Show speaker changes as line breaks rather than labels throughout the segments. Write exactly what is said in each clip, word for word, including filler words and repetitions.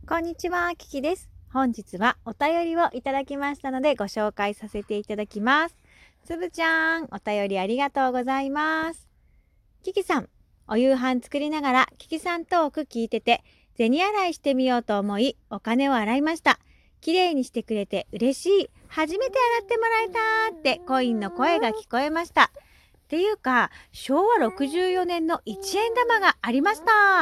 こんにちは、キキです。本日はお便りをいただきましたのでご紹介させていただきます。つぶちゃん、お便りありがとうございます。キキさん、お夕飯作りながらキキさんトーク聞いてて、銭洗いしてみようと思い、お金を洗いました。綺麗にしてくれて嬉しい。初めて洗ってもらえたってコインの声が聞こえました。っていうか、しょうわろくじゅうよねんのいちえん玉がありました。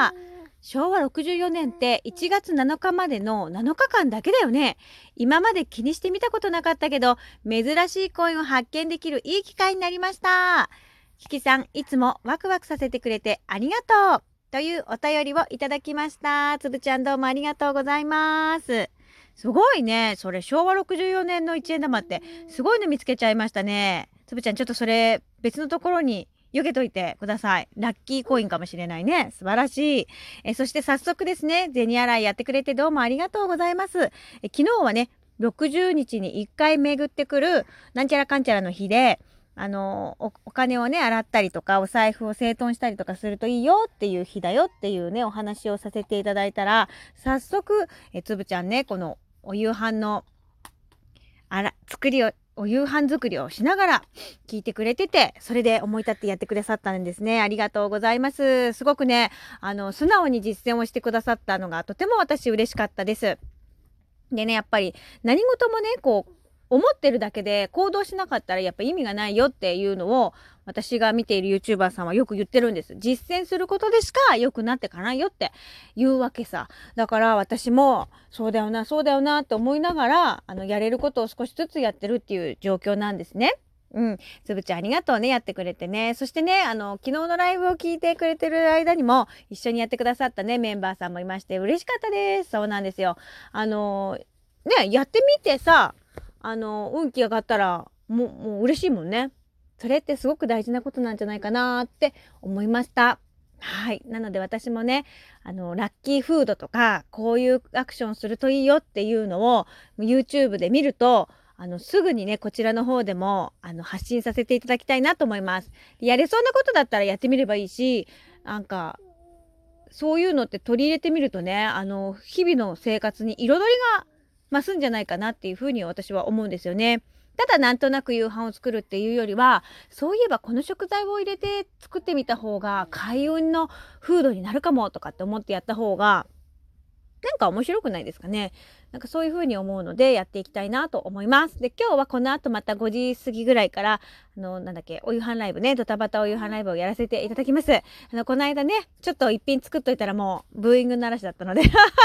しょうわろくじゅうよねんっていちがつなのかまでのなのかかんだけだよね。今まで気にしてみたことなかったけど、珍しいコインを発見できるいい機会になりました。キキさん、いつもワクワクさせてくれてありがとうというお便りをいただきました。つぶちゃん、どうもありがとうございます。すごいね。それしょうわろくじゅうよねんのいちえん玉ってすごいの見つけちゃいましたね。つぶちゃん、ちょっとそれ別のところに避けといてください。ラッキーコインかもしれないね。素晴らしい。えそして早速ですね、銭洗いやってくれてどうもありがとうございます。え昨日はね、ろくじゅうにちにいっかい巡ってくるなんちゃらかんちゃらの日で、あのお、お金をね、洗ったりとか、お財布を整頓したりとかするといいよっていう日だよっていうね、お話をさせていただいたら、早速、えつぶちゃんね、このお夕飯のあら、作りを、お夕飯作りをしながら聞いてくれてて、それで思い立ってやってくださったんですね。ありがとうございます。すごくね、あの、素直に実践をしてくださったのがとても私嬉しかったです。でね、やっぱり何事もね、こう、思ってるだけで行動しなかったらやっぱ意味がないよっていうのを私が見ている YouTuber さんはよく言ってるんです。実践することでしか良くなってかないよって言うわけさ。だから私もそうだよな、そうだよなって思いながら、あの、やれることを少しずつやってるっていう状況なんですね。うん。つぶちゃんありがとうね。やってくれてね。そしてね、あの、昨日のライブを聞いてくれてる間にも一緒にやってくださったね、メンバーさんもいまして嬉しかったです。そうなんですよ。あの、ね、やってみてさ、あの、運気上がったら、もう、もう嬉しいもんね。それってすごく大事なことなんじゃないかなって思いました。はい。なので私もね、あの、ラッキーフードとか、こういうアクションするといいよっていうのを YouTube で見ると、あの、すぐにね、こちらの方でも、あの、発信させていただきたいなと思います。やれそうなことだったらやってみればいいし、なんか、そういうのって取り入れてみるとね、あの、日々の生活に彩りが増すんじゃないかなっていうふうに私は思うんですよね。ただなんとなく夕飯を作るっていうよりは、そういえばこの食材を入れて作ってみた方が開運のフードになるかもとかって思ってやった方が、なんか面白くないですかね。なんかそういう風に思うのでやっていきたいなと思います。で、今日はこの後またごじ過ぎぐらいから、あの、なんだっけ、お夕飯ライブね、ドタバタお夕飯ライブをやらせていただきます。あの、この間ね、ちょっと一品作っといたらもうブーイングの嵐だったので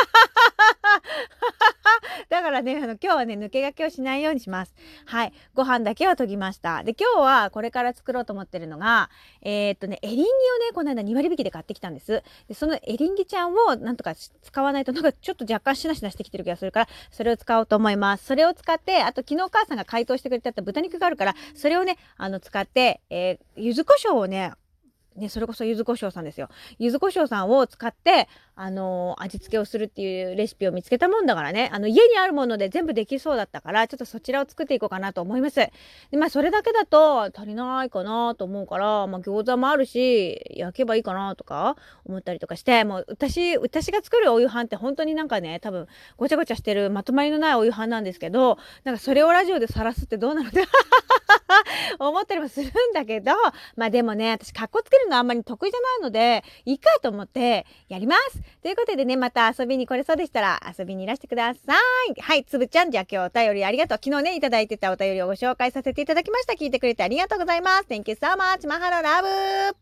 だからね、あの、今日はね、抜け駆けをしないようにします。はい。ご飯だけは研ぎました。で、今日はこれから作ろうと思ってるのが、えー、っとね、エリンギをね、この間に割引で買ってきたんです。で、そのエリンギちゃんをなんとか使わないと、なんかちょっと若干しなしなしてきてる気がするから、それを使おうと思います。それを使って、あと昨日お母さんが解凍してくれてあった豚肉があるから、それをね、あの、使って、えー、柚子胡椒をね、ね、それこそ柚子胡椒さんですよ。柚子胡椒さんを使って、あのー、味付けをするっていうレシピを見つけたもんだからね、あの、家にあるもので全部できそうだったから、ちょっとそちらを作っていこうかなと思います。で、まあ、それだけだと足りないかなと思うから、まあ、餃子もあるし、焼けばいいかなとか思ったりとかして、もう、私、私が作るお夕飯って本当になんかね、多分、ごちゃごちゃしてるまとまりのないお夕飯なんですけど、なんかそれをラジオで晒すってどうなのって思ったりもするんだけど、まあでもね、私、かっこつけるのあんまり得意じゃないので、いいかと思ってやります。ということでね、また遊びに来れそうでしたら遊びにいらしてください。はい、つぶちゃん、じゃあ今日お便りありがとう。昨日ね、いただいてたお便りをご紹介させていただきました。聞いてくれてありがとうございます。Thank you so much. マハロラブ